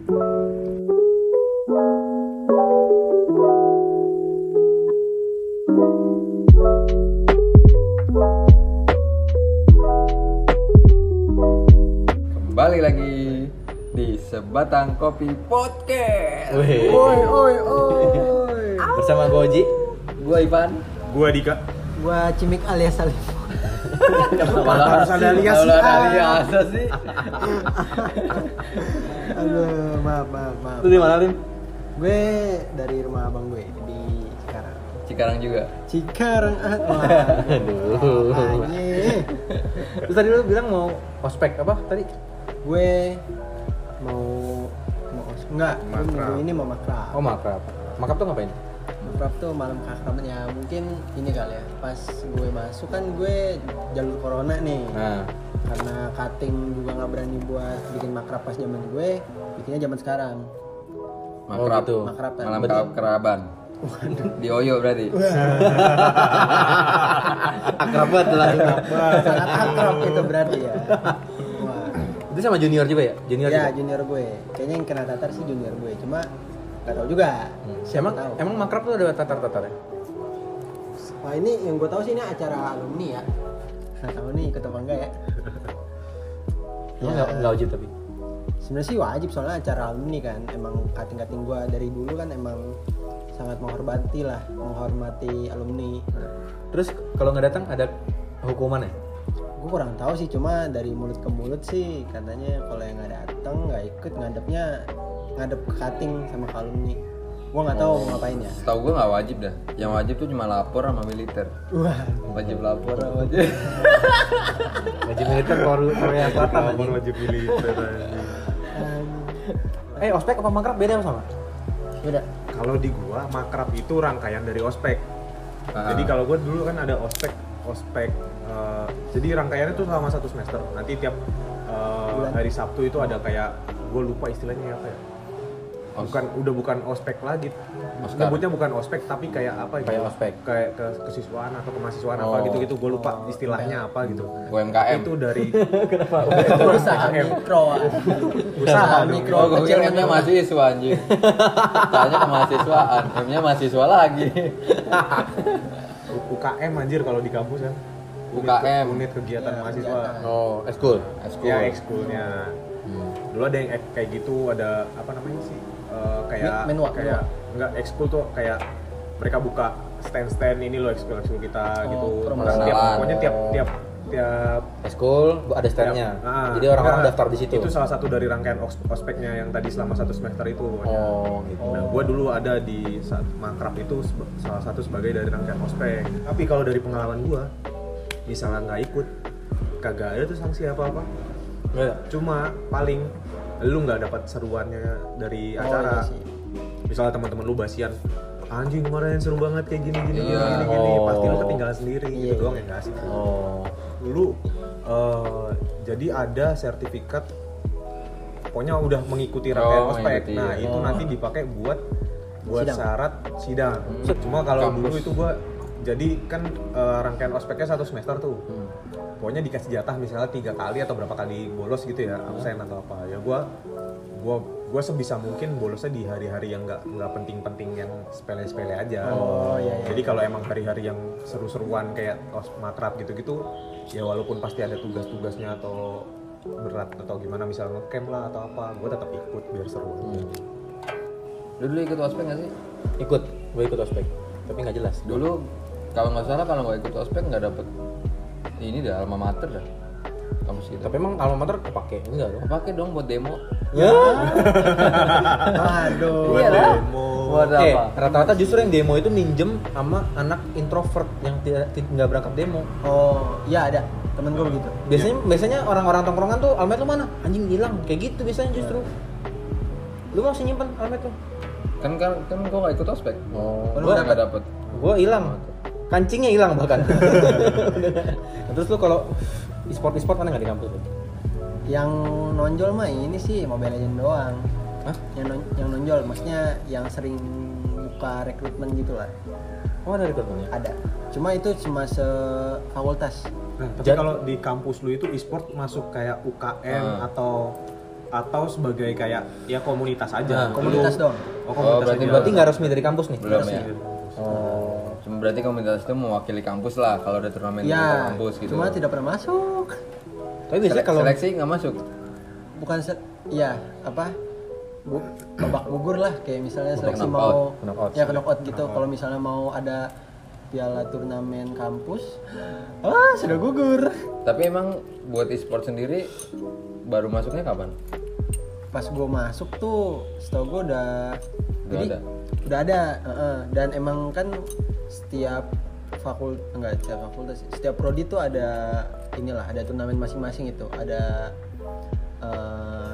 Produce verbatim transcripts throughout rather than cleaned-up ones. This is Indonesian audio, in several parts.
Kembali lagi di Sebatang Kopi Podcast. Woi, Oi, oi, oi. bersama gue Oji, Gua Ivan. Gua Dika. Gua Cimik alias Salim. Harus ada alias Kalau sih, ada ah. alias sih. Aduh, maaf, maaf, maaf. lu di mana Lim? Gue dari rumah abang gue di Cikarang. Cikarang juga. Cikarang, ah, wah. Aduh. Apanya? Terus tadi lu bilang mau ospek apa tadi? Gue mau mau os- enggak, gue Makrab. minggu ini mau makrab. Oh makrab. Makrab tuh ngapain? Makrab tuh malam keakraban ya. Mungkin ini kali ya. Pas gue masuk kan gue jalur corona nih. Nah, Karena cutting juga nggak berani buat bikin makrab pas zaman gue, bikinnya zaman sekarang. Makrab. gitu. Makrab kan. Malam keakraban. Di Oyo berarti. akrab banget lah. Sangat akrab itu berarti ya. Wah. Itu sama junior juga ya? Junior Ya juga? junior gue. Kayaknya yang kena tatar sih junior gue. Cuma nggak tahu juga. Hmm. Siapa Emang, tahu. emang makrab tuh ada tatar-tatarnya? Wah ini yang gue tahu sih ini acara alumni ya. Nggak tahu nih ikut apa enggak ya. Emang nggak nggak wajib tapi? Sebenarnya sih wajib soalnya acara alumni kan. Emang cutting-cutting gue dari dulu kan emang sangat menghormati lah, menghormati alumni. Terus kalau nggak datang ada hukumannya? Gue kurang tahu sih, cuma dari mulut ke mulut sih katanya kalau yang nggak datang nggak ikut ngadepnya ngadep ke cutting sama ke alumni. Gue nggak tahu mau ngapain ya. Setahu gua nggak wajib dah. Yang wajib tuh cuma lapor sama militer. Wah, Wajib lapor sama wajib. Wajib militer Korea Korea Selatan Lapor anjing. wajib militer. Eh ospek apa makrab beda sama? udah. Kalau di gua makrab itu rangkaian dari ospek. Ah. Jadi kalau gua dulu kan ada ospek, ospek. eh, jadi rangkaiannya tuh selama satu semester. Nanti tiap eh, Bulan. hari Sabtu itu ada kayak, gua lupa istilahnya apa ya. Os- Bukan, udah bukan ospek lagi. Oskar. Nyebutnya bukan ospek tapi kayak apa gitu. Kayak ospek. Kayak ke kesiswaan atau kemahasiswaan apa Oh. gitu-gitu. Gua lupa istilahnya apa gitu. U M K M. Itu dari Kenapa? itu Usaha mikro. usaha dong. mikro. Oh, gue kecil kira M-nya menengah. mahasiswa anjing. Tanya kemahasiswaan, M-nya mahasiswa lagi. U K M anjir kalau di kampus kan. U K M. Unit kegiatan Ya, mahasiswa. kegiatan. Oh, eskul. Eskul. Ya ekskulnya. Hmm. Dulu ada yang ek- kayak gitu, ada apa namanya sih? Eh, kayak Men- menwa, kayak enggak ekskul tuh kayak mereka buka stand-stand ini loh ekskul ekskul kita Oh, gitu. promosi. Terus tiap Pengenalan. pokoknya tiap tiap tiap Eskul ada standnya. tiap- ah, Jadi orang-orang enggak, daftar di situ. Itu salah satu dari rangkaian os- ospeknya yang tadi selama satu semester itu pokoknya. Oh, gitu. Nah, gue dulu ada di saat makrab itu seba- salah satu sebagai dari rangkaian ospek. Tapi kalau dari pengalaman gue, misalnya nggak ikut, kagak ada tuh sanksi apa-apa. Enggak. Cuma paling lu nggak dapat seruannya dari Oh, acara. iya sih. Misalnya teman-teman lu basian, anjing kemarin seru banget kayak gini gini Iya. gini gini, Oh. pasti lu ketinggalan sendiri Iya, gitu iya. doang ya nggak sih. Oh. Dulu eh, jadi ada sertifikat, pokoknya udah mengikuti rangkaian Oh, ospek. mengikuti, Nah ya. itu Oh. nanti dipakai buat buat Sidang. syarat sidang. Hmm. Cuma kalau Kampus. dulu itu gua jadi kan eh, rangkaian ospeknya satu semester tuh. Hmm. Pokoknya dikasih jatah misalnya tiga kali atau berapa kali bolos gitu ya, absen atau apa. Ya gua gua gua sebisa mungkin bolosnya di hari-hari yang nggak nggak penting-penting, yang sepele-sepele aja. Oh, iya, iya. Jadi kalau emang hari-hari yang seru-seruan kayak os makrab gitu-gitu, ya walaupun pasti ada tugas-tugasnya atau berat atau gimana, misalnya ngecamp lah atau apa, gua tetap ikut biar seru. Hmm. Lu dulu ikut ospek nggak sih? Ikut, gue ikut ospek. Tapi nggak jelas. Dulu kalau nggak salah kalau nggak ikut ospek nggak dapet ini dah alma mater dah kampus kita. Tapi emang alma mater kepake? Enggak dong. Pakai dong buat demo. Ya. Aduh. Buat Iya lah. demo. Buat Eh, apa? rata-rata justru yang demo itu minjem sama anak introvert yang tidak tidak- nggak berangkat demo. Oh, iya ada. Temen gue begitu. Biasanya biasanya orang-orang tongkrongan tuh almet lu mana? Anjing hilang. Kayak gitu biasanya justru. Lu masih nyimpen almet lu? Kan kan kan gua nggak ikut ospek. Oh, Lu gua nggak dapet. gua hilang. Kancingnya hilang bahkan. Nah, terus lu kalau e-sport e-sport mana nggak di kampus lu? Yang nonjol mah ini sih Mobile Legends doang. Hah? Yang non- yang nonjol maksudnya yang sering buka rekrutmen gitu lah. Oh ada rekrutmennya? Ada. Cuma itu cuma sefakultas. Nah, tapi Jad- kalau di kampus lu itu e-sport masuk kayak U K M Ah. atau atau sebagai kayak ya komunitas aja? Nah, komunitas Lu- dong. Oh, Oh, komunitas berarti- aja. Berarti nggak resmi dari kampus nih? Belum Resmi. ya. Oh. Cuma berarti komunitas itu mewakili kampus lah kalau ada turnamen di Ya, kampus gitu. cuma tidak pernah masuk. Tapi biasanya Sele- kalau seleksi nggak masuk. Bukan se ya apa? Bu, babak gugur lah kayak misalnya seleksi knockout, mau knockout. ya knockout gitu. Kalau misalnya mau ada piala turnamen kampus, ah sudah gugur. Tapi emang buat e-sport sendiri baru masuknya kapan? Pas gue masuk tuh, setahu gue udah, Udah ada? udah ada, heeh. Dan emang kan setiap fakultas enggak setiap fakultas, sih, setiap prodi tuh ada inilah, ada turnamen masing-masing itu, ada eh,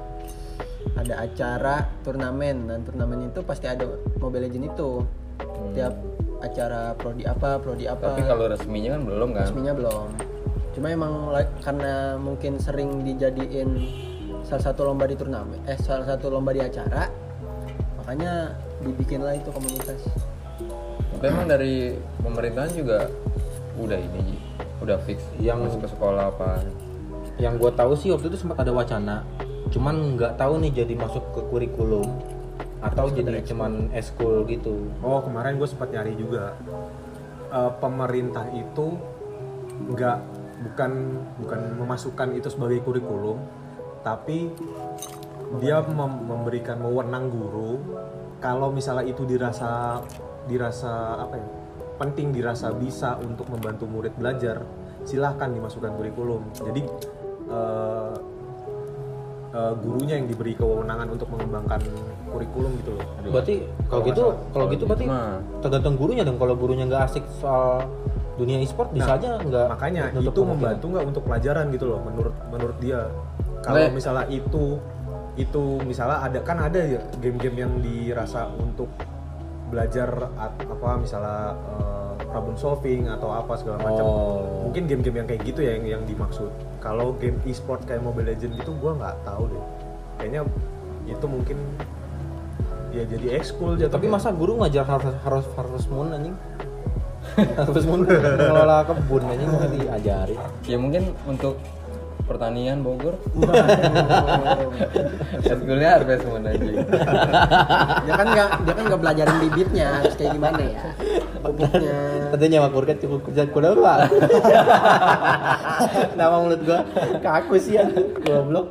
ada acara turnamen dan turnamen itu pasti ada Mobile Legends itu. Tiap acara prodi apa, prodi apa. Tapi kalau resminya kan belum kan? Resminya belum. Cuma emang like, karena mungkin sering dijadiin salah satu lomba di turnamen, eh salah satu lomba di acara, makanya dibikinlah itu komunitas. Tapi emang dari pemerintahan juga udah ini Ji, udah fix Yang- masuk ke sekolah apa? yang gue tahu sih waktu itu sempat ada wacana, cuman nggak tahu nih jadi masuk ke kurikulum atau jadi cuman eskul gitu. Oh, kemarin gue sempat nyari juga. Eh, pemerintah itu nggak bukan bukan memasukkan itu sebagai kurikulum, tapi dia mem- memberikan wewenang guru kalau misalnya itu dirasa dirasa apa ya penting, dirasa bisa untuk membantu murid belajar, silahkan dimasukkan kurikulum. Jadi eh, eh, gurunya yang diberi kewenangan untuk mengembangkan kurikulum gitu loh. Berarti kalau Kalau gitu, nggak salah. kalau gitu berarti mah. tergantung gurunya dong. Kalau gurunya nggak asik soal dunia e-sport bisa Nah, aja nggak. makanya nutup itu kemungkinan. membantu nggak untuk pelajaran gitu loh menurut menurut dia. Kalau Nggak. misalnya itu itu misalnya ada kan ada ya game-game yang dirasa untuk belajar at- apa misalnya eh, problem solving atau apa segala macam. Oh. Mungkin game-game yang kayak gitu ya yang yang dimaksud. Kalau game e-sport kayak Mobile Legends itu gua nggak tahu deh. Kayaknya itu mungkin ya jadi ekskul jatuhnya. Tapi masa guru ngajar harus harus harus moon anjing? Harus moon mengelola kebun anjing mau diajari. Ya mungkin untuk pertanian Bogor. Eskulnya Harvest Moon aja. Dia kan nggak dia kan nggak belajarin bibitnya harus kayak gimana ya, pupuknya. Tentunya makmur kan cukup kerja kuda pak. Nama mulut gua kaku sih ya, goblok.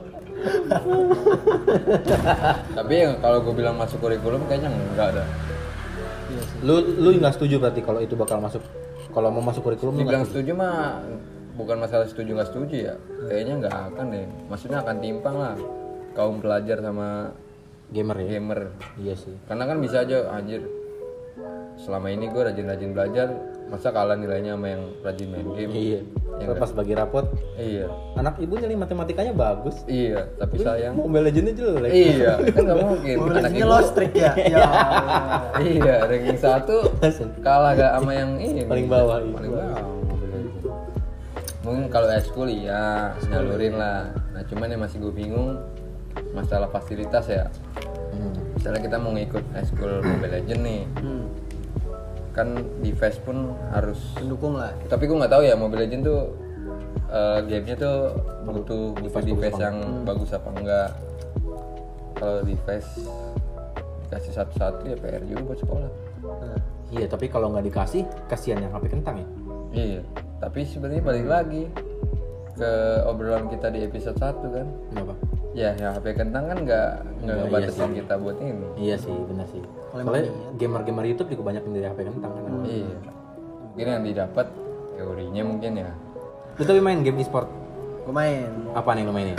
Tapi yang kalau gue bilang masuk kurikulum kayaknya enggak ada. Iya sih. Lu lu nggak setuju berarti kalau itu bakal masuk, kalau mau masuk kurikulum lu Dibilang nggak setuju? setuju mah bukan masalah setuju nggak setuju ya. Kayaknya nggak akan deh. Maksudnya akan timpang lah kaum pelajar sama Gamer ya? gamer. Iya sih. Karena kan bisa aja anjir. Selama ini gue rajin-rajin belajar, masa kalah nilainya sama yang rajin main game? Iya. Ya Pas bagi rapot, Iya. anak ibu nilai matematikanya bagus. Iya, tapi sayang. Mobile Legends jelek. Iya, kan nggak mungkin. Mobile Anak Legends-nya ibu- lost trick ya. Ya. Allah. Iya, ranking satu kalah gak sama yang ini Paling bawah, iya. paling bawah Mobile Legends. Mungkin kalau ekskul iya nyalurin lah. Nah cuman yang masih gue bingung masalah fasilitas ya. Hmm. Misalnya kita mau ngikut ekskul Mobile Legends nih, Hmm, kan device pun harus. pendukung lah. Tapi gue nggak tahu ya Mobile Legends tuh eh, gamenya tuh butuh butuh Device device, bagus yang bagus apa enggak. Kalau device dikasih satu-satu ya P R juga buat sekolah. Nah, Iya, tapi kalau nggak dikasih, kasihan yang H P kentang ya. Iya, tapi sebenarnya balik lagi ke obrolan kita di episode satu kan. Kenapa? Ya, ya H P kentang kan nggak nggak Iya, ngebatasin iya sih. kita buat ini. Iya sih, benar sih. Kalau Soalnya emang gamer-gamer YouTube juga banyak yang dari H P kentang kan. Iya. Mungkin yang didapat teorinya mungkin ya. Lu tapi main game e-sport gue main apa nih lu mainin?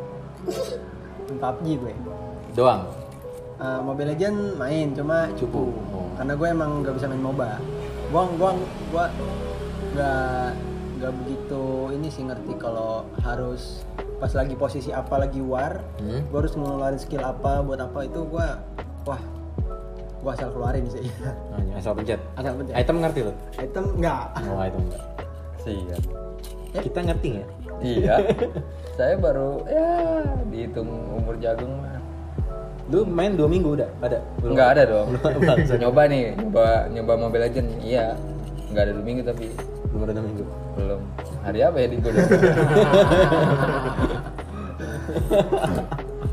P U B G gue. Doang. Uh, Mobile Legends main cuma cupu. Oh. Karena gue emang nggak bisa main MOBA. Gue gue gue nggak nggak begitu ini sih ngerti kalau harus pas lagi posisi apa lagi war, Hmm? gue harus ngeluarin skill apa buat apa itu gue wah gue asal keluarin sih. Hanya asal pencet. Asal pencet. Item ngerti lu? Item enggak. Oh, item enggak. Iya. Kita ngerti ya? Iya. Saya baru ya dihitung umur jagung mah. Lu main dua minggu udah? Ada? Enggak ada dong. Bangsa. Nyoba nih, nyoba nyoba Mobile Legends. Iya. Enggak ada dua minggu tapi Belum ada dua minggu. belum. Hari apa ya di gue?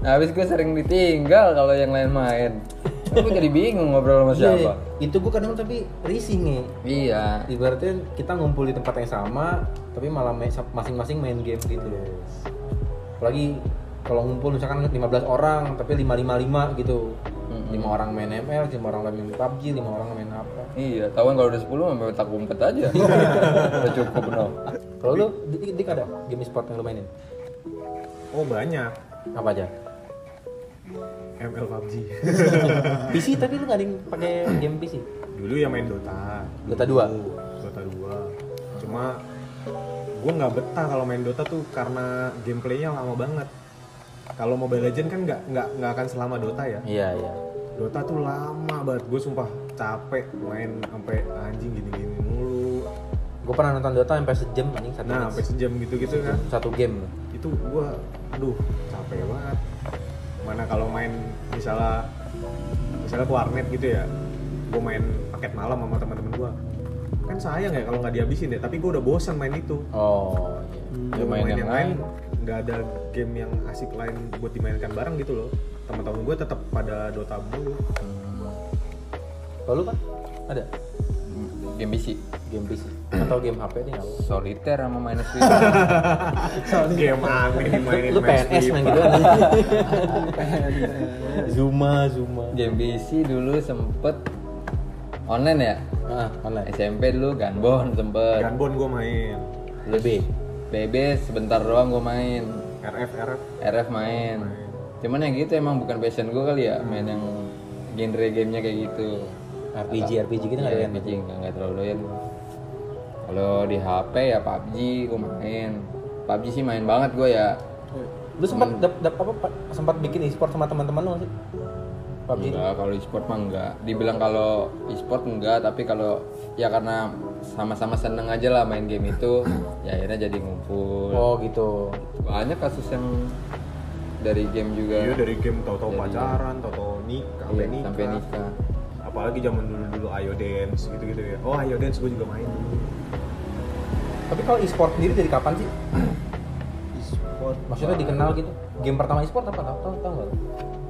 Nah, habis gue sering ditinggal kalau yang lain main. Gue jadi bingung ngobrol sama siapa. Iya, itu gue kadang tapi risih nih. Iya. Ibaratnya kita ngumpul di tempat yang sama, tapi malah main, masing-masing main game gitu. Apalagi kalau ngumpul misalkan lima belas orang, tapi lima lima lima gitu. Mm-mm. lima orang main M L, lima orang main P U B G, lima orang main apa. Iya, tahu kan kalau udah sepuluh sampai petak umpet aja. Udah cukup no. Kalau lu, Dik, Dik ada game e-sport yang lu mainin? Oh banyak. Apa aja? M L P U B G. P C tapi lu nggak ada yang pakai game P C? Dulu ya main Dota. Dota dua? Dulu, Dota dua. Cuma gue nggak betah kalau main Dota tuh karena gameplaynya lama banget. Kalau Mobile Legends kan nggak nggak nggak akan selama Dota ya. Iya iya. Dota tuh lama banget. Gue sumpah capek main sampai anjing gini-gini mulu. Gue pernah nonton Dota sampai sejam anjing satu. Nah sampai sejam gitu-gitu kan. Satu game. Itu gue, aduh capek banget. Mana kalau main misalnya misalnya ke warnet gitu ya, gue main paket malam sama teman-teman gue, kan sayang ya kalau nggak dihabisin ya. Tapi gue udah bosan main itu. Oh iya. Gue main, main yang lain nggak ada game yang asik lain buat dimainkan bareng gitu loh. Teman-teman gue tetap pada Dota mulu. Hmm. Kalau lu kan ada Game P C, game P C atau game H P nih nggak? soliter sama main Switch. Game aneh dimainin Lu P N S main gitu kan? Zuma Zuma. Game P C dulu sempet online ya. Ah online. S M P dulu Gunbon sempet. Gunbon gue main, L B. B B sebentar doang gue main. R F R F R F main. Cuman yang gitu emang bukan passion gue kali ya, main yang genre gamenya kayak gitu. R P G R P G kita nggak Iya, doyan. R P G nggak nggak terlalu doyan. Kalau di H P ya P U B G gue main. P U B G sih main banget gue ya. Lu sempat dap, dap apa Pak? Sempat bikin e-sport sama teman-teman lu nggak sih? P U B G. Enggak, kalau e-sport mah enggak. Dibilang kalau e-sport enggak, tapi kalau ya karena sama-sama seneng aja lah main game itu, ya akhirnya jadi ngumpul. Oh gitu. Banyak kasus yang dari game juga. Iya dari game tahu-tahu Jadi- pacaran, tahu-tahu nikah, sampai Iya, nikah. sampai nikah. Apalagi zaman dulu-dulu Ayo Dance gitu-gitu ya. Oh Ayo Dance gue juga main dulu. Tapi kalau e-sport sendiri dari kapan sih? E-sport. Maksudnya dikenal gitu. Game pertama e-sport apa? Tahu tahu tahu nggak? lu?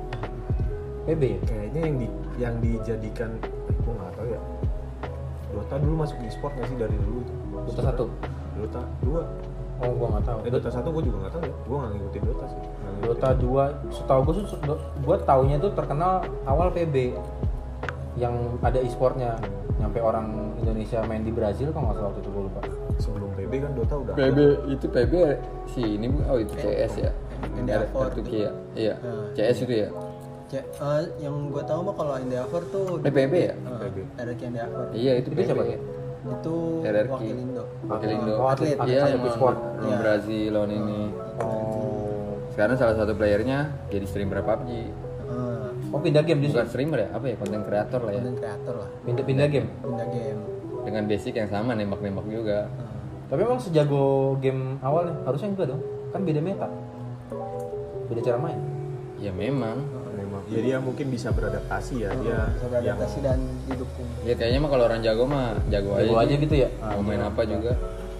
P B ya? Kayaknya yang di yang dijadikan, eh, gue nggak tahu ya. Dota dulu masuk di e-sport nggak sih dari dulu itu? Dota satu. Dota dua. Oh gua nggak tahu. Eh Dota satu gue juga nggak tahu ya. Gue nggak ngikutin Dota sih. Nggak ngikutin. Dota dua, setahu gue tuh gue taunya tuh terkenal awal P B yang ada e-sportnya, nyampe orang Indonesia main di Brazil kalau nggak salah waktu itu gue lupa. Sebelum P B kan Dota udah. P B itu P B sih ini bu- oh itu C S ya. India Fort. Itu ya. Iya. Nah. C S itu ya. Ya, eh, yang gue tahu mah kalau Endeavor tuh Eh, P B ya? Eh, P B. R R Q Endeavor. Iya itu Itu P B. siapa? Itu R R Q. wakil Indo. Wakil Indo. Oh, atlet, atlet, Iya, atlet yang e-sport. lawan Iya. Brazil lawan ini. Oh. Sekarang salah satu playernya jadi streamer P U B G. Eh, Oh pindah game Bukan justru. streamer ya, apa ya, konten kreator lah ya. konten kreator lah. Pindah pindah game. Pindah game. Dengan basic yang sama, nembak-nembak juga. Eh, Tapi emang sejago game awal nih harusnya enggak dong? Kan beda meta. Beda cara main. Ya memang. Memang. Ya dia mungkin bisa beradaptasi ya. Dia bisa beradaptasi dan didukung. Ya kayaknya mah kalau orang jago mah jago, Jago aja. aja gitu ya. Mau main apa juga.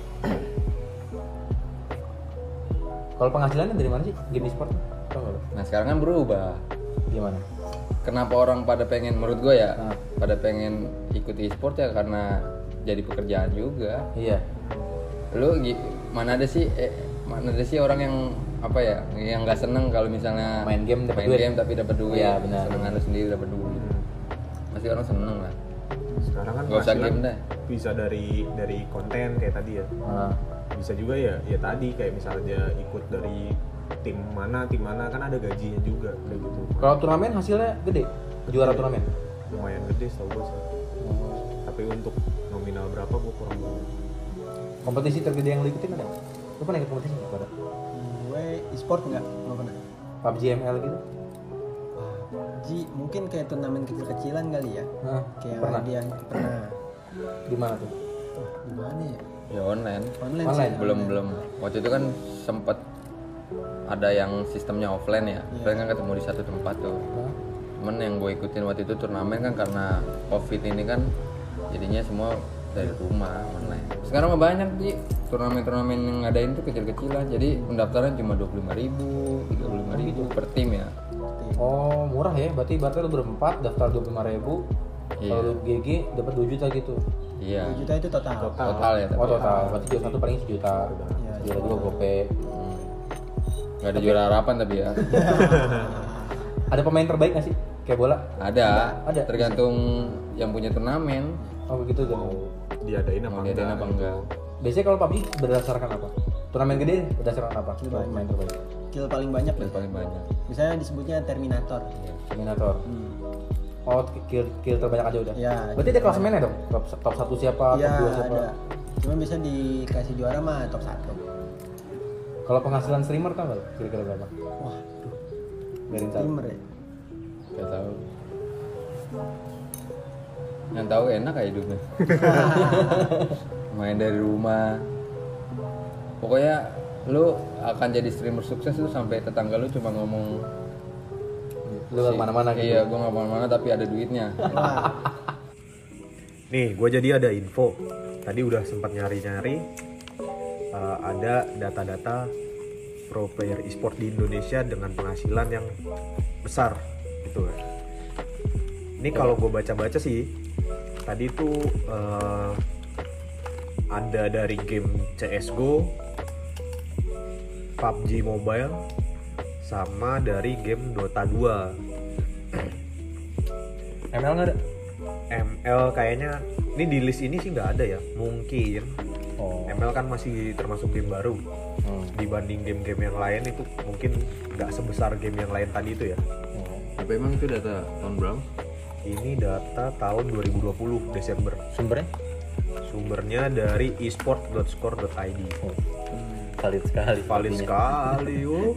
Kalau penghasilannya dari mana sih game e-sport? Tahu nggak lo? Nah sekarang kan berubah. Gimana? Kenapa orang pada pengen, menurut gue ya, Ah. pada pengen ikut e-sport ya karena jadi pekerjaan juga. Iya. Lu gi- mana ada sih eh, mana ada sih orang yang apa ya, yang nggak seneng kalau misalnya Main game dapat main duit. game tapi dapat duit. Iya, benar. Senengan lu sendiri dapat duit. Pasti orang seneng lah. sekarang kan Nggak usah penghasilan game dah. bisa dari dari konten kayak tadi ya. Nah, Bisa juga ya ya tadi kayak misalnya ikut dari tim mana tim mana kan ada gajinya juga kayak gitu. kalau turnamen hasilnya gede. Juara turnamen. Lumayan gede setahu gue sih. Tapi untuk nominal berapa gue kurang tahu. Kompetisi tergede yang lu ikutin ada? Lu pernah ikut kompetisi nggak pada? Gue e-sport nggak, nggak pernah. P U B G M L gitu? Ji, mungkin kayak turnamen kecil-kecilan kali ya. Nah, Kayak pernah. dia pernah. Di mana tuh? Oh, di mana ya? Ya online. Online, Online? sih. belum online. belum waktu itu kan sempet ada yang sistemnya offline ya. Iya. Offline kan ketemu di satu tempat tuh. Hah? Cuman yang gue ikutin waktu itu turnamen kan karena covid ini kan jadinya semua dari rumah online. Sekarang mah banyak sih turnamen-turnamen yang ngadain tuh kecil-kecilan. Jadi pendaftaran cuma dua puluh lima ribu, tiga puluh lima ribu per tim ya. Oh murah ya, berarti berarti lu berempat daftar dua puluh lima ribu, Iya. kalau lu G G dapat dua juta gitu. Iya. dua juta itu total. Total ya tapi. Oh total, berarti juara satu paling sejuta, Iya, juara dua gope. Hmm. Gak ada juara harapan tapi ya. Ada pemain terbaik nggak sih kayak bola? Ada. Ada. Tergantung yang punya turnamen Oh begitu kan. Diadain apa mau diadain apa enggak. Biasanya kalau P U B G berdasarkan apa? Turnamen gede berdasarkan apa? Kill Kalau pemain terbaik. Kill paling banyak Yang lah. paling banyak. Misalnya disebutnya Terminator. Terminator. Hmm. Oh kill kill terbanyak aja udah. Ya, Berarti ada klasemennya dong. Top top satu siapa, Iya top dua siapa? ada. Cuma bisa dikasih juara mah top satu. Kalau penghasilan streamer tau nggak lo? Kira-kira berapa? Wah, Biarin tahu. streamer ya. Gak tahu. Yang tahu enak kayak hidupnya. Main dari rumah. Pokoknya lu akan jadi streamer sukses tuh sampai tetangga lu cuma ngomong Lu nggak kemana-mana gitu. Iya, gua nggak kemana-mana tapi ada duitnya. Wah, Nih, gue jadi ada info. Tadi udah sempat nyari-nyari, uh, ada data-data pro player e-sport di Indonesia dengan penghasilan yang besar, gitu kan. Ini kalau gue baca-baca sih, tadi tuh uh, ada dari game C S G O, P U B G Mobile, sama dari game Dota dua. M L nggak ada? M L kayaknya ini di list ini sih nggak ada ya, mungkin. Oh. M L kan masih termasuk game baru Hmm. dibanding game-game yang lain, itu mungkin nggak sebesar game yang lain tadi itu ya. Oh. Tapi emang itu data tahun berapa? Ini data tahun dua ribu dua puluh Desember. Sumbernya? Sumbernya dari esport dot score dot i d. Oh. Valid sekali. Valid artinya. sekali. Oh.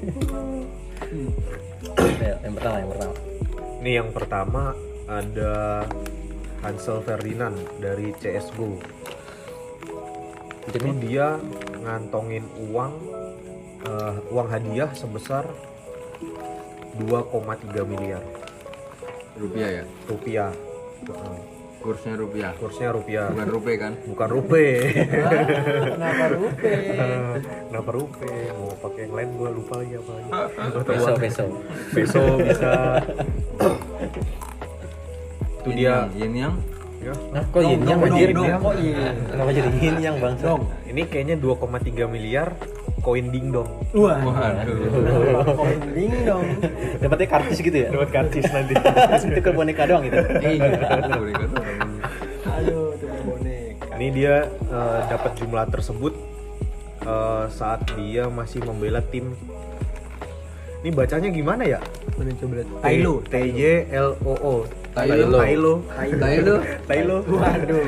Ya, yang pertama, yang pertama. Ini yang pertama ada Hansel Ferdinand dari C S G O. Itu dia ngantongin uang eh, uang hadiah sebesar dua koma tiga miliar Rupiah ya? rupiah. Heeh. Kursnya rupiah. Kursnya rupiah, Bukan rupiah kan? bukan rupiah. kenapa rupe? Kenapa rupiah? Mau pakai yang lain gua lupa lagi apa lagi. Peso, peso. Peso bisa. Itu Yin dia. yang, yin yang. Ya. Nah, kok yin yang dong, anjir? dong, kok iya? Kenapa jadi yin yang bang? Dong. Ini kayaknya dua koma tiga miliar koin dingdong. Wah, Waduh. ding dong. Dapatnya kartis gitu ya? Dapat kartis nanti. Itu ke boneka doang gitu? Iya, boneka tuh. Aduh, tuh boneka. Ini dia eh, dapat jumlah tersebut eh, saat dia masih membela tim. Ini bacanya gimana ya? Mana coba lihat. Tailo. T J L O O. Tailo. Tailo. Tailo. Tailo. Waduh.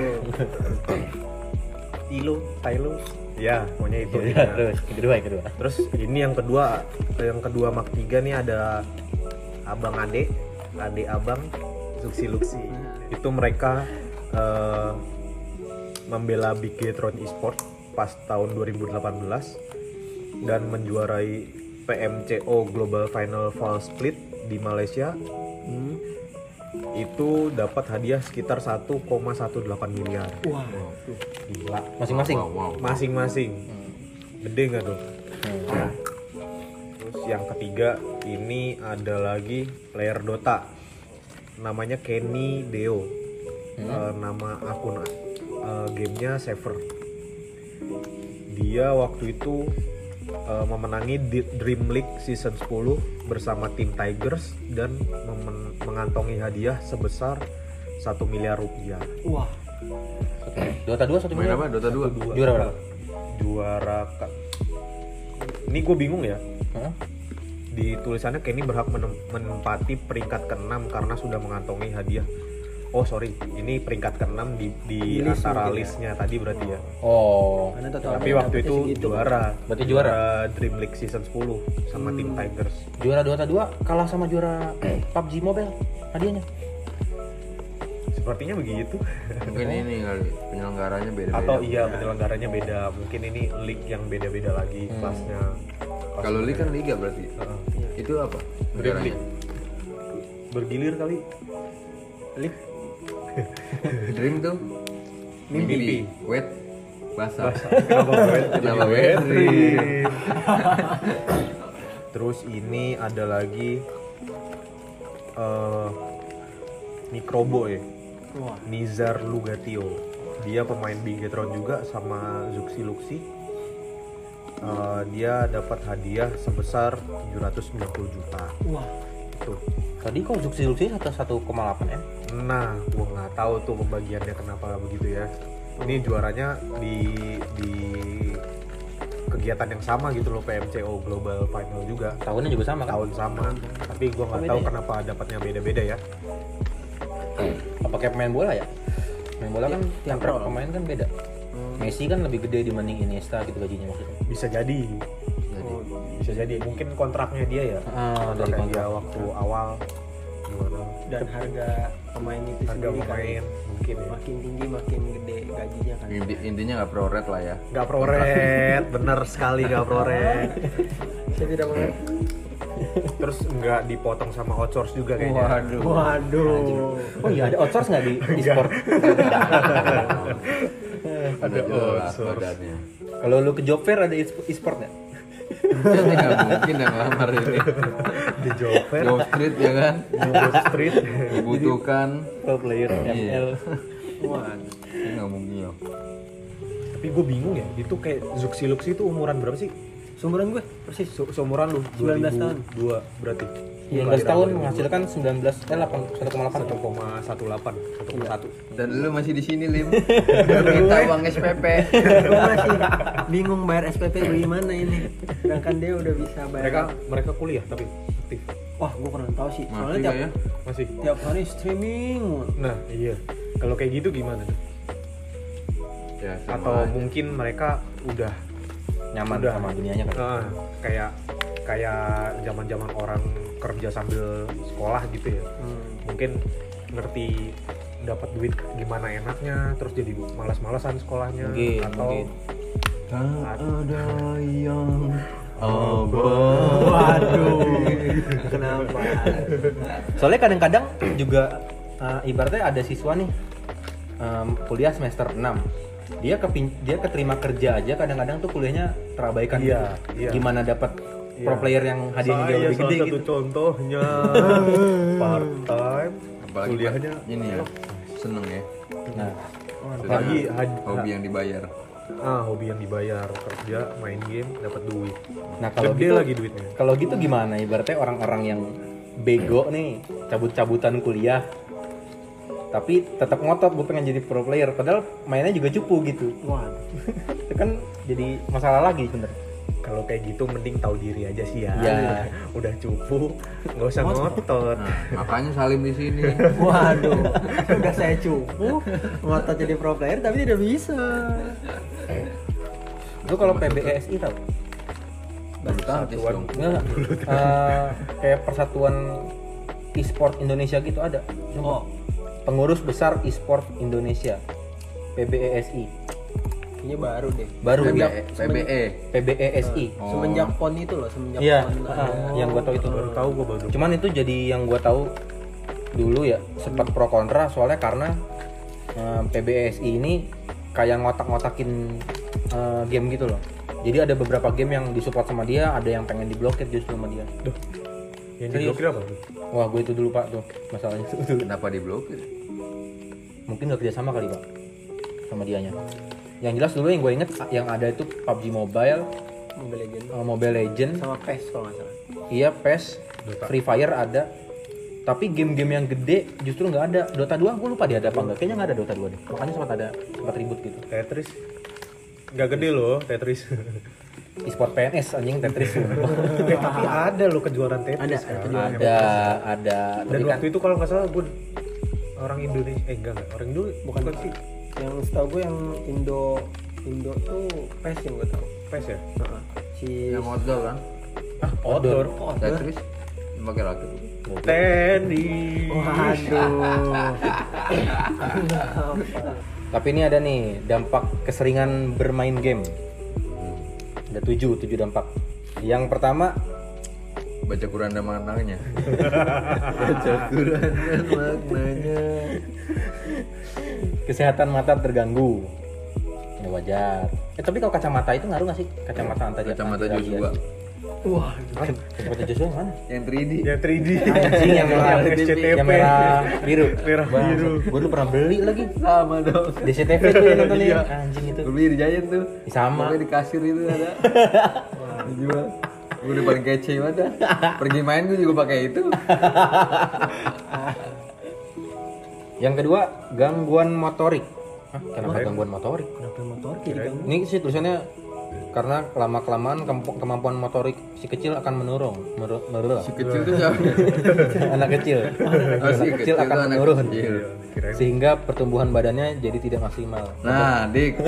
Tilo. Tailo. Ya, pokoknya itu. Ya, terus yang kedua, yang kedua. Terus ini yang kedua, yang kedua Mak tiga nih ada Abang Ade, Ade Abang, Luxi Luxi. Itu mereka eh, membela Big Gatron Esport pas tahun dua ribu delapan belas dan menjuarai P M C O Global Final Fall Split di Malaysia. Hmm. Itu dapat hadiah sekitar satu koma delapan belas miliar. Wah, Gila. Masing-masing? Wow, wow. Masing-masing. Gede nggak tuh? Hmm. Terus yang ketiga ini ada lagi player Dota, namanya Kenny Deo. Eh, nama akun eh, gamenya Saver. Dia waktu itu eh, memenangi Di- Dream League season sepuluh bersama tim Tigers dan memen- mengantongi hadiah sebesar satu miliar rupiah. wah. Dota dua satu Main miliar? apa? Dota dua. Juara berapa? Juara ka- ini gue bingung ya. Hah? Di tulisannya Kenny berhak menem- menempati peringkat keenam karena sudah mengantongi hadiah. Oh sorry, ini peringkat keenam di, di Di list antara mungkin ya? listnya tadi berarti ya. Oh, Karena total Tapi waktu itu juara. Berarti juara? Dream League season sepuluh sama tim Tigers. juara Dota dua kalah sama juara P U B G Mobile hadiahnya. Sepertinya begitu. Mungkin ini kali penyelenggaranya beda-beda. Atau iya penyelenggaranya beda. Mungkin ini league yang beda-beda lagi Hmm. kelasnya. Kalau liga kan liga berarti. Heeh. Itu apa? Dream Negaranya? League. Bergilir kali. Lip. Dream tuh Mimpi. Wet. Basah. Kenapa wet? Kenapa wet? Terus ini ada lagi uh, Microbo ya. Wah. Nizar Lugatio. Dia pemain Bigetron juga sama Zuxi Luxi. Uh, dia dapat hadiah sebesar tujuh ratus sembilan puluh juta. Wah. Tuh. Tadi kok Zuxi Luxi satu koma delapan ya? Nah, gua nggak tahu tuh pembagiannya kenapa begitu ya. Ini juaranya di di kegiatan yang sama gitu loh, P M C O Global Final juga. Tahunnya juga sama kan? Tahun sama. Tapi gua nggak Oh, tahu beda ya? kenapa dapatnya beda-beda ya. Apa kayak pemain bola ya? Pemain bola kan tiap pro. pemain kan beda. Messi kan lebih gede dibanding Iniesta gitu gajinya maksudnya. Bisa jadi. Bisa jadi. Mungkin kontraknya dia ya. Ah, dari Kontraknya dia kontrak. waktu awal gimana? Dan harga pemain itu Harga sendiri pemain kan mungkin ya. makin tinggi makin gede gajinya kan. Inti- Intinya nggak pro red lah ya. Gak pro red, bener sekali gak pro red. Saya tidak mengerti. Terus nggak dipotong sama outsource juga kayaknya. Waduh. Waduh. Oh iya, ada outsource nggak di e-sport? Ada jelas badannya. Kalau lu ke job fair ada e- e-sport nggak? Jadi nggak mungkin yang lamar ini. Di job fair, Go street ya kan. Job street. Dibutuhkan. Pro player Iya. M L. Wah. Ini nggak mungkin ya. Tapi gue bingung ya, itu kayak Zuxi Luxi itu umuran berapa sih? Sumuran gue persis. Se- Seumuran lu? sembilan belas tahun. dua berarti. sembilan belas tahun menghasilkan sembilan belas eh delapan satu koma delapan. satu koma delapan belas, satu koma satu. Dan lu masih di sini Lim. Minta uang S P P. Gue masih bingung bayar S P P bagaimana ini. Sedangkan dia udah bisa bayar. Mereka mereka kuliah tapi aktif. Wah, gue kurang tahu sih. Masih Soalnya nggak tiap, ya? Masih. tiap hari streaming. Nah, iya. Kalau kayak gitu gimana tuh? Ya, sama Atau aja. mungkin mereka udah Nyaman Udah. sama dunianya kan. ah, kayak kayak zaman-zaman orang kerja sambil sekolah gitu ya. Hmm. Mungkin ngerti dapat duit gimana enaknya, terus jadi malas-malasan sekolahnya. Mungkin, atau mungkin. Tak ada yang Waduh. Kenapa? Soalnya kadang-kadang juga uh, ibaratnya ada siswa nih um, kuliah semester enam. Dia kepin dia keterima kerja aja kadang-kadang tuh kuliahnya terabaikan Iya, gitu. iya. Gimana dapat Iya. pro player yang hadiahnya jauh lebih gede salah gitu. satu contohnya part time apalagi kuliahnya ini ya. Seneng ya. Nah, apalagi had- Hobi yang dibayar. ah hobi yang dibayar, kerja main game dapat duit. nah kalau Gede gitu lagi duitnya. kalau gitu gimana ibaratnya orang-orang yang bego nih, cabut-cabutan kuliah tapi tetap ngotot gue pengen jadi pro player padahal mainnya juga cupu gitu. Waduh. Itu kan jadi masalah lagi sebenarnya. Kalau kayak gitu mending tahu diri aja sih ya. Iya. Udah cupu, nggak usah ngotot. Nah, makanya Salim di sini. Waduh. Udah saya cukup ngotot jadi pro player tapi tidak bisa. Lu kalau P B E S I tau? Bulu tangkis dong. Enggak, eh, kayak persatuan e-sport Indonesia gitu ada. Oh, Pengurus besar e-sport Indonesia, P B E S I. kayaknya baru deh. Baru P B ya, E. P B E. P B E S I. Oh. Semenjak pon itu loh, semenjak Iya, pon. ah, yang gua tahu itu. Baru tahu gue baru. Cuman itu jadi yang gua tahu dulu ya, sempat pro kontra soalnya karena eh, P B E S I ini kayak ngotak-ngotakin eh, game gitu loh. Jadi ada beberapa game yang disupport sama dia, ada yang pengen diblokir justru sama dia. Duh, yang Serius? diblokir apa tuh? Wah, gue itu dulu pak tuh masalahnya itu dulu. Kenapa diblokir? Mungkin nggak kerjasama kali pak sama dianya. Yang jelas dulu yang gue inget yang ada itu P U B G Mobile, Mobile Legends eh, Mobile Legend, sama P E S kalau nggak salah. iya P E S, Dota. Free Fire ada. Tapi game-game yang gede justru nggak ada. Dota dua gue lupa dia ada apa enggak. Kayaknya nggak ada Dota dua deh. Makanya sempat ada sempat ribut gitu. Tetris. Nggak gede loh Tetris. E-sport P N S anjing Tetris. eh, tapi ada loh kejuaraan Tetris Ada, kan. ada kejuaraan. ada ada Dan tapi kan waktu itu kalau nggak salah gue orang Indonesia, eh enggak enggak orang Indo bukan sih Yang setahu gue yang Indo Indo tuh P E S yang gue tahu. P E S ya. Heeh. Si Yang outdoor kan? ah, Outdoor. Oh, Tetris. Pakai rakit. Tenis. Waduh. tapi ini ada nih dampak keseringan bermain game. Ada tujuh, tujuh dampak. Yang pertama baca Quran dan maknanya. Baca Quran dan maknanya. Kesehatan mata terganggu. Ya wajar. Eh tapi kalau kacamata itu ngaruh nggak sih? Kacamata anti Kacamata anti Joshua. radiasi. Wah, Kacamata Joshua mana? Yang tiga D. Yang tiga D. Anjing yang merah Yang S C T V. yang merah biru. Merah biru. Gue dulu pernah beli lagi. Sama dong. D C T V tuh yang nontonnya. Iya. Anjing itu. Gue beli di Giant tuh. Sama. Pokoknya di kasir itu ada. Dijual. Gue udah paling kece banget dah. Pergi main gue juga pakai itu. Yang kedua, gangguan motorik. Hah, kenapa gangguan motorik? kenapa motor kiri kan? Ini sih tulisannya karena lama kelamaan kemampuan motorik si kecil akan menurun, Meru- menurun. Si kecil tuh siapa? Anak kecil, Oh, anak si kecil tuh akan anak menurun, kecil. sehingga pertumbuhan badannya jadi tidak maksimal. Nah, Dik.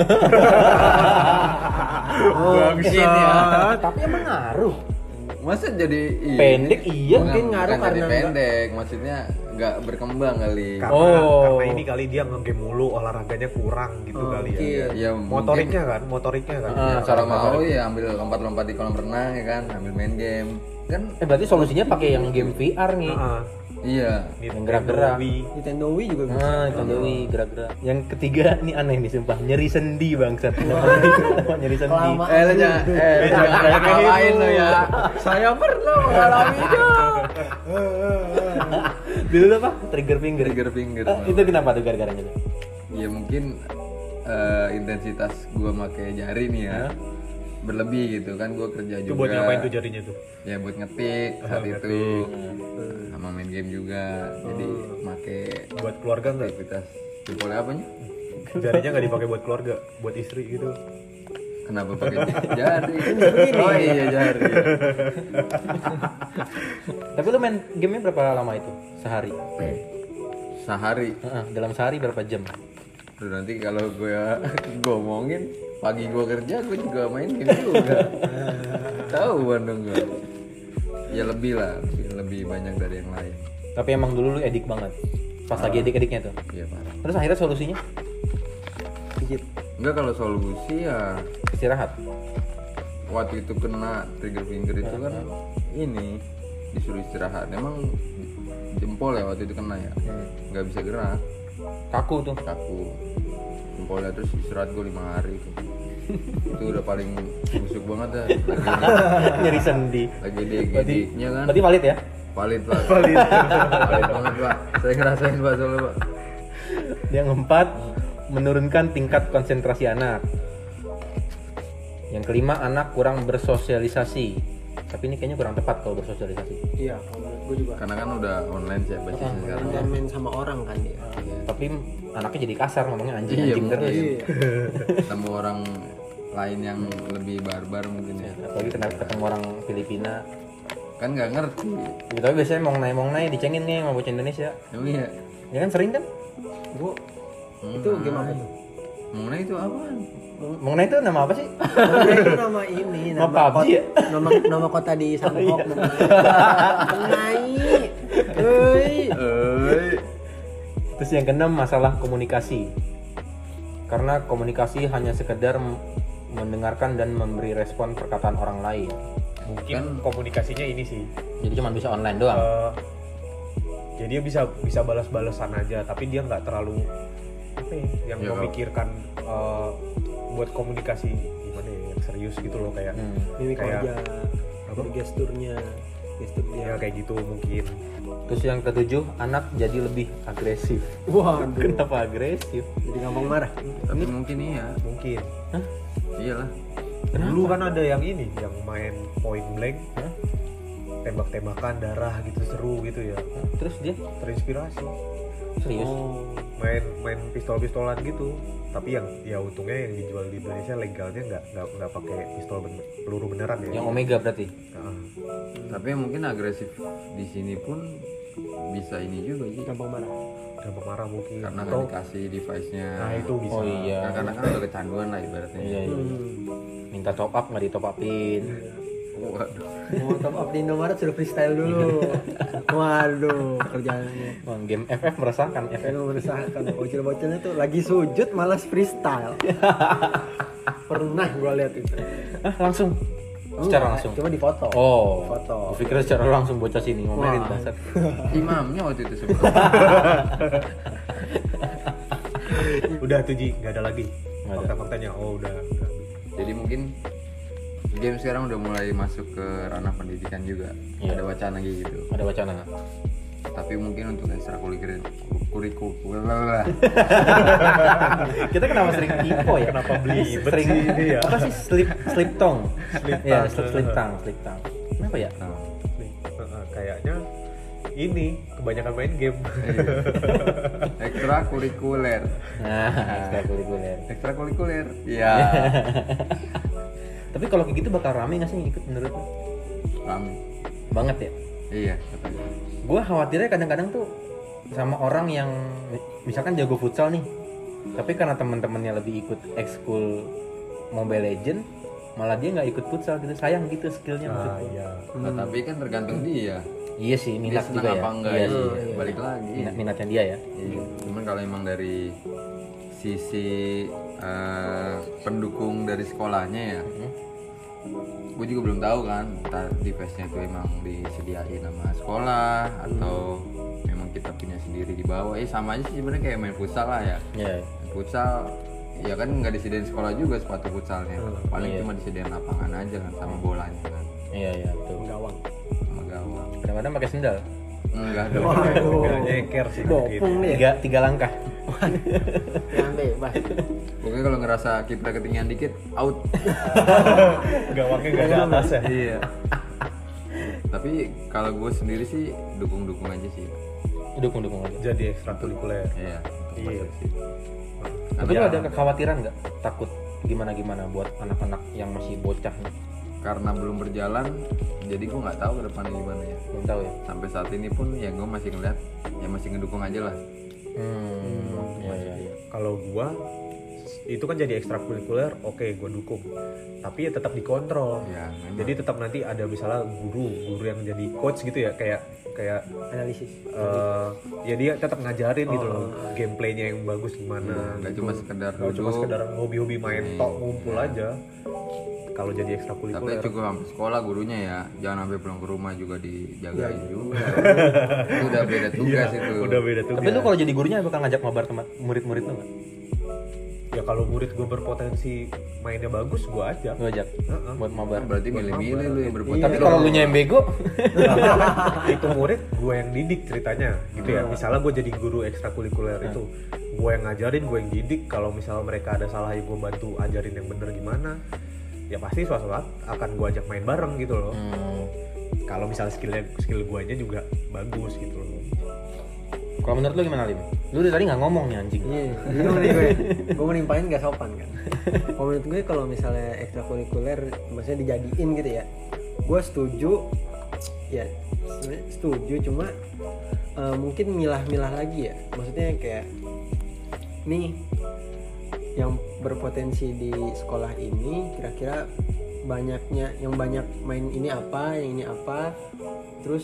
Oh, mungkin ya. Tapi emang ngaruh. Masa jadi iya, Pendek, iya. Bukan- Mungkin ngaruh bukan jadi karena pendek, maksudnya nggak berkembang kali. Karena, Oh. karena ini kali dia nge-game mulu, olahraganya kurang gitu Oh, kali ya. mungkin. Ya, Motoriknya kan, motoriknya kan. Ah, Ya, kalau mau ya ambil lompat-lompat di kolam renang ya kan, ambil main game. Kan Eh berarti solusinya pakai yang game V R nih, Heeh. iya. yang gerak-gerak. Nintendo Wii juga bisa. Nah, itu Dewi gerak-gerak. Yang ketiga nih aneh nih sumpah, nyeri sendi bangsat. Kenapa nyeri sendi? Kelamaan. Eh, lo jangan eh lo jangan kayak ngapain lo ya. Saya pernah mengalaminya. Dulu apa? Trigger finger. Trigger finger. Ah, itu kenapa tuh gara-garanya tuh? Ya mungkin eh, intensitas gua pakai jari nih ya. Berlebih gitu kan, gua kerja Itu juga. buat ngapain tuh jarinya tuh? Ya buat ngetik saat itu. Sama main game juga. Jadi make Buat keluarga nggak? aktivitas jempolnya apanya? Jarinya nggak dipakai buat keluarga, buat istri gitu. Kenapa pakai jari? Oh iya jari. Tapi lu main gamenya berapa lama itu? Sehari? Sehari. Heeh, dalam sehari berapa jam? Tuh nanti kalau gue ngomongin pagi gue kerja gue juga main game juga. Tahu bandung gue. Ya lebih lah, lebih, lebih banyak dari yang lain. Tapi emang dulu lu edik banget. Pas lagi edik-ediknya tuh. Iya parah. Terus akhirnya solusinya Pijit. Enggak, kalau solusi ya istirahat. waktu itu kena trigger finger itu kan ini disuruh istirahat. Emang jempol ya waktu itu kena ya, nggak bisa gerak, Kaku tuh. kaku jempolnya. Terus istirahat gue lima hari itu. Itu udah paling busuk banget dah. Lagi Nyeri sendi. lagi degediknya kan. Berarti valid ya? Valid pak. Valid. Valid banget pak. Saya ngerasain pak soalnya pak. Yang keempat, menurunkan tingkat konsentrasi anak. Yang kelima, anak kurang bersosialisasi. Tapi ini kayaknya kurang tepat kalau bersosialisasi. Iya, kalau menurut gue juga. Karena kan udah online sih basisnya sekarang. Dan main sama orang kan dia. Tapi anaknya jadi kasar ngomongnya Iya anjing-anjing terus. mungkin. Ketemu orang lain yang lebih barbar mungkin ya. Apalagi kena ketemu orang Filipina. Kan nggak ngerti. Ya, tapi biasanya mong nai mong nai dicengin nih sama bocah Indonesia. Emang iya. Ya kan sering kan? Gue itu game apa tuh? Mana itu apaan? Mong nai itu nama apa sih? Nah, itu nama ini, Nama nama P U B G kot- ya? nama nama kota di Sanghok. Menai. Hei. Eh, Terus yang keenam, masalah komunikasi. Karena komunikasi hanya sekedar m- mendengarkan dan memberi respon perkataan orang lain. Mungkin komunikasinya ini sih. Jadi cuma bisa online doang. eh, ya dia bisa bisa balas-balasan aja, tapi dia nggak terlalu apa ya, yang Ya, memikirkan eh, buat komunikasi gimana ya, yang serius gitu loh kayak Hmm. Mimik kayak wajah, apa? gesturnya, gestur ya dia. kayak gitu mungkin. Terus yang ketujuh, anak jadi lebih agresif. Waduh. Kenapa agresif? Jadi gampang marah. tapi mungkin iya. Mungkin Hah? Iyalah. dulu kan ada yang ini yang main point blank, Hah? tembak-tembakan darah gitu seru gitu ya, Terus dia terinspirasi serius? main main pistol-pistolan gitu. Tapi yang ya untungnya yang dijual di Indonesia legalnya nggak nggak nggak pakai pistol ben- peluru beneran ya. Yang Omega berarti? Nah, Tapi mungkin agresif di sini pun bisa ini juga sih. Gampang marah. gampang marah mungkin. Karena nggak Atau dikasih device-nya. nah itu bisa. Oh iya. Nah, karena kan udah kecanduan lah ibaratnya. Iya, iya. Hmm. Minta top up nggak di top upin. Waduh. Mau top up di Indomaret sudah freestyle dulu. Waduh, kerjaannya. Wah, game F F meresahkan F F. Saya meresahkan bocil-bocilnya tuh lagi sujud malas freestyle. Pernah gua lihat itu. Ah, langsung Secara Enggak, langsung. Cuma di foto. Oh, Foto. gue pikir secara langsung bocah sini ngomelin Wah. bangsat. Imamnya waktu itu sebelum. Udah tuh Ji, nggak ada lagi Nggak ada. fakta-faktanya. Oh udah, udah. Jadi mungkin game sekarang udah mulai masuk ke ranah pendidikan juga. Iya. Ada wacana gitu. Ada wacana nggak? Tapi mungkin untuk ekstrakurikuler kurikuler Kita kenapa sering info ya? Kenapa belibet sering sih ini ya? Apa sih slip slip tongue? Slip Ya, tongue. slip slip tongue, slip tongue. Kenapa ya? nah, Nih, heeh, kayaknya ini kebanyakan main game. ekstrakurikuler Nah, ekstrakurikuler. ekstrakurikuler ya Tapi kalau kayak gitu bakal rame nggak sih yang ikut menurut lu? rame Banget ya. iya katanya. Gue khawatirnya kadang-kadang tuh sama orang yang misalkan jago futsal nih, tapi karena teman-temannya lebih ikut ekskul Mobile Legend, malah dia nggak ikut futsal gitu, sayang gitu skillnya maksud Ah gua. iya. Nah, tapi kan tergantung dia Iya sih, dia minat senang juga ya. apa enggak Iya ya sih. balik lagi Minat minatnya dia ya. iya. Cuman kalau emang dari sisi eh, pendukung dari sekolahnya ya gue juga belum tahu kan entah di pesnya itu emang disediain sama sekolah atau memang kita punya sendiri di bawah. Eh sama aja sih sebenarnya kayak main futsal lah ya. Iya. Main futsal ya kan nggak disediain sekolah juga sepatu futsalnya, paling Iya. cuma disediain lapangan aja kan sama bolanya kan Iya iya betul. Gawang. sama gawang. Kadang-kadang pakai sendal. Enggak dong. Nggak nyeker sih mungkin. Bopong nih. Tiga tiga langkah. Yang bebas. Pokoknya kalau ngerasa kiper ketinggian dikit out. Gawangnya nggak ada atas ya. Iya. Tapi kalau gue sendiri sih dukung-dukung aja sih. Dukung-dukung aja. Jadi ekstrakurikuler. Iya. Iya. sih. Tapi lu ada kekhawatiran nggak? Takut gimana-gimana buat anak-anak yang masih bocah nih? Karena belum berjalan, jadi gue nggak tahu ke depannya gimana ya. Belum tahu ya. Sampai saat ini pun ya gue masih ngeliat, ya masih ngedukung aja lah. Hmm. Iya iya iya. Kalau gua itu kan jadi ekstrakurikuler, oke gua dukung. Tapi ya tetap dikontrol. Ya, memang. Jadi tetap nanti ada misalnya guru, guru yang jadi coach gitu ya, kayak kayak Analisis. eh, ya dia tetap ngajarin gitu loh, gameplaynya yang bagus gimana. Nggak cuma sekedar Nggak cuma duduk. sekedar hobi-hobi main Iya. tok ngumpul aja. Kalau jadi Tapi ekstrakurikuler. cukup sampai sekolah gurunya ya, jangan sampai pulang ke rumah juga dijagain juga. Itu udah beda tugas itu. Iya, Udah beda tuh. Tapi lu kalau jadi gurunya bakal ngajak mabar teman murid-murid lu nggak? Ya kalau murid gue berpotensi mainnya bagus, gue ajak. Lu ajak Heeh. buat mabar. Berarti milih-milih lu yang berpotensi. Tapi kalau lu yang bego, Itu murid gue yang didik ceritanya gitu ya. Misalnya gue jadi guru ekstrakurikuler itu, gue yang ngajarin, gue yang didik. Kalau misalnya mereka ada salah ya gue bantu ajarin yang bener gimana. Ya pasti suatu saat akan gue ajak main bareng gitu loh. hmm, Kalau misalnya skillnya skill guanya juga bagus gitu loh. kalau menurut lu gimana Lim? Lu dari tadi nggak ngomong nih anjing. Iya, bingung nih gue. Gue mau nimpain gak sopan kan. Kalau menurut gue kalau misalnya ekstrakurikuler maksudnya dijadiin gitu ya, gue setuju. Ya sebenarnya setuju, cuma eh, mungkin milah-milah lagi ya. Maksudnya kayak nih yang berpotensi di sekolah ini kira-kira banyaknya yang banyak main ini apa, yang ini apa, terus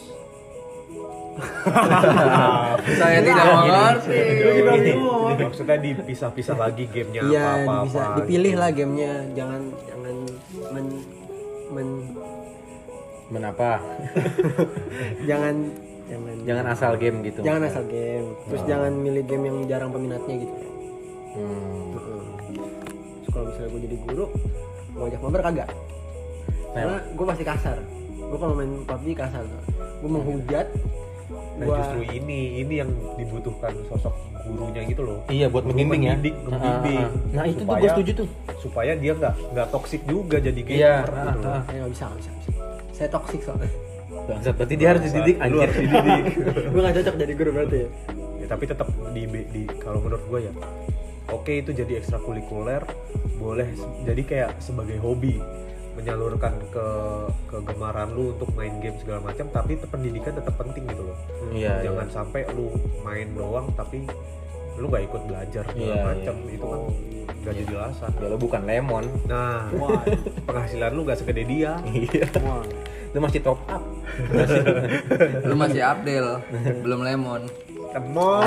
Saya tidak mengerti. Maksudnya dipisah-pisah lagi gamenya iya apa-apa. bisa apa, dipilih gitu. lah gamenya, jangan jangan men men Menapa? jangan jangan Jangan asal game gitu. jangan asal game, terus jangan milih game yang jarang peminatnya gitu. Hmm. Terus kalau misalnya gue jadi guru, mau ajak mabar kagak? Karena gue pasti kasar. Gue kalau main P U B G kasar. Gue menghujat. Nah Gua justru ini, ini yang dibutuhkan sosok gurunya gitu loh. Iya buat Guru membimbing ya. mendidik, Ah, membimbing. ah, ah. Nah itu tuh Supaya- gue setuju tuh. Supaya dia nggak nggak toksik juga jadi gamer Iya. gitu loh. ah, ah. eh nggak bisa nggak bisa, nggak bisa. Saya toksik soalnya. Bangsat, berarti dia harus dididik Lu anjir. harus dididik. Gue nggak cocok jadi guru berarti ya. Ya, tapi tetap di, di kalau menurut gue ya, oke itu jadi ekstrakurikuler, boleh se- jadi kayak sebagai hobi menyalurkan ke kegemaran lu untuk main game segala macam, tapi te- pendidikan tetap penting gitu loh. Iya. Jangan sampai lu main doang tapi lu nggak ikut belajar segala Iya, macam, itu kan nggak jadi alasan. Ya lo bukan lemon. Nah, Wah, penghasilan lu nggak segede dia. Iya. wah. Lu masih top up. Lu masih Abdel, belum Lemon. Temon.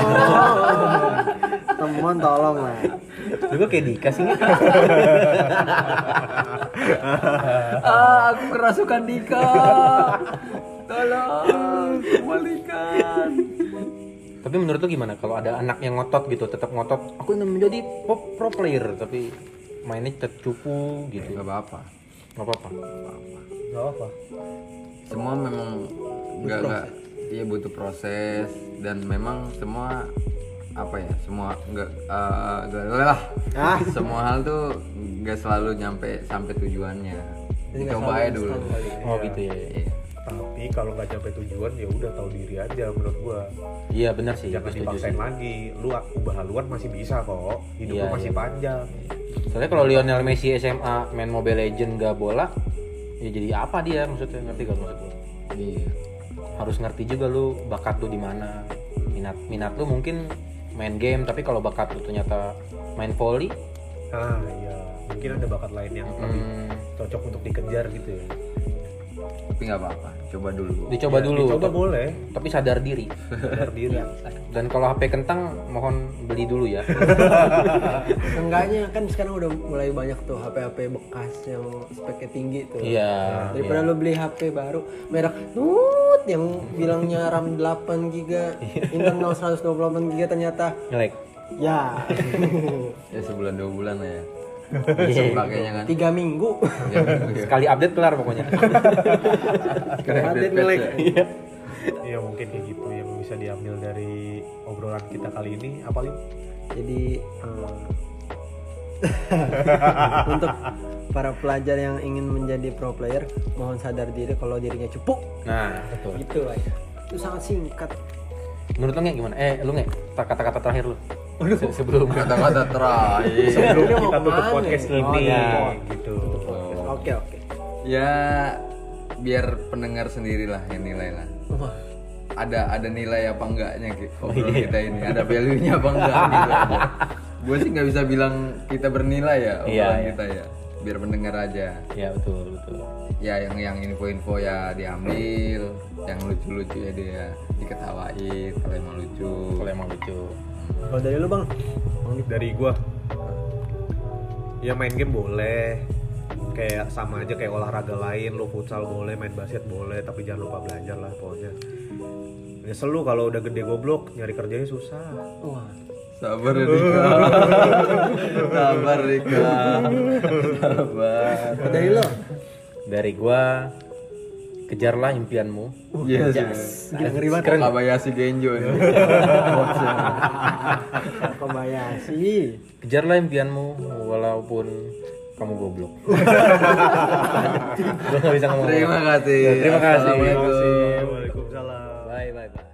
Temen tolong lah. Lu kok kayak dikasih Ah, aku kerasukan Dika. Tolong, kembalikan. Tapi menurut lu gimana kalau ada anak yang ngotot gitu, tetap ngotot, aku ingin menjadi pop pro player tapi mainnya tetap cupu gitu. Gak apa-apa. Nggak apa-apa. Gak apa. Semua memang nggak nggak iya butuh proses dan memang semua apa ya semua nggak uh, nggak lah Ah. semua hal tuh nggak selalu nyampe sampai tujuannya. Jadi nggak Coba selalu aja dulu. instan kali. Oh gitu ya. Iya. Tapi kalau nggak sampai tujuan ya udah tahu diri aja menurut gua. Iya benar sih. Jangan aku setuju dipaksain sih. lagi. Lu ubah haluan masih bisa kok. Hidup Iya, lu masih iya. panjang. Soalnya kalau Lionel Messi S M A main Mobile Legend gak bola, ya jadi apa dia maksudnya, ngerti gak maksud lu? Iya. Harus ngerti juga lu bakat lu di mana. Minat minat lu mungkin main game, tapi kalau bakat lu ternyata main volley, Ah iya. Mungkin ada bakat lain yang lebih hmm, cocok untuk dikejar gitu ya. Tapi nggak apa-apa. Coba dulu. dicoba Ya, dulu. Dicoba tapi- boleh. Tapi sadar diri. Sadar diri. Dan kalau H P kentang mohon beli dulu ya. Seenggaknya kan sekarang udah mulai banyak tuh H P-H P bekas yang speknya tinggi tuh. Iya. Daripada iya. lu beli H P baru merek tut yang bilangnya RAM delapan giga, internal seratus dua puluh delapan giga ternyata Ngelek. ya Ya sebulan dua bulan lah ya. Iya. Pakainya kan. tiga minggu. Ya, ya. Sekali update kelar pokoknya. Keren Update update nge-lag. patch ya. Ya mungkin kayak gitu yang bisa diambil dari obrolan kita kali ini. Apa Lim? Jadi eh, untuk para pelajar yang ingin menjadi pro player mohon sadar diri kalau dirinya cupu. Nah, betul. Gitu aja. Itu sangat singkat. Menurut lu nggak gimana? Eh, lu nggak? Kata-kata terakhir lu. Se- Sebelum Kata-kata terakhir. Sebelum Ini mau kita tutup kemana podcast nih? ini Oh, iya. gitu. Oke oke. Ya biar pendengar sendirilah yang nilai lah. Wah. Ada ada nilai apa enggaknya gitu obrolan kita ini. Ada value-nya apa enggak gitu aja. Gue sih nggak bisa bilang kita bernilai ya obrolan Iya, iya. kita ya. Biar pendengar aja. ya betul, betul. Ya yang yang info-info ya diambil, yang lucu-lucu ya dia diketawain kalau emang lucu. Kalau emang lucu. Kalau dari lu bang? Dari gua ya main game boleh, kayak sama aja kayak olahraga lain, lu futsal boleh, main basket boleh, tapi jangan lupa belajar lah pokoknya. Nyesel lu kalau udah gede goblok, nyari kerjanya susah. Wah. Sabar ya Rika. Sabar Rika. Sabar. Kalau dari lu? Dari gua kejarlah impianmu. Yes. Gila ngeri banget. Keren. Kabayashi Genjo ini. Kobayashi. Kejarlah impianmu walaupun kamu goblok. Gua nggak bisa ngomong. Terima kasih. Terima kasih. Assalamualaikum. Waalaikumsalam. Bye bye bye.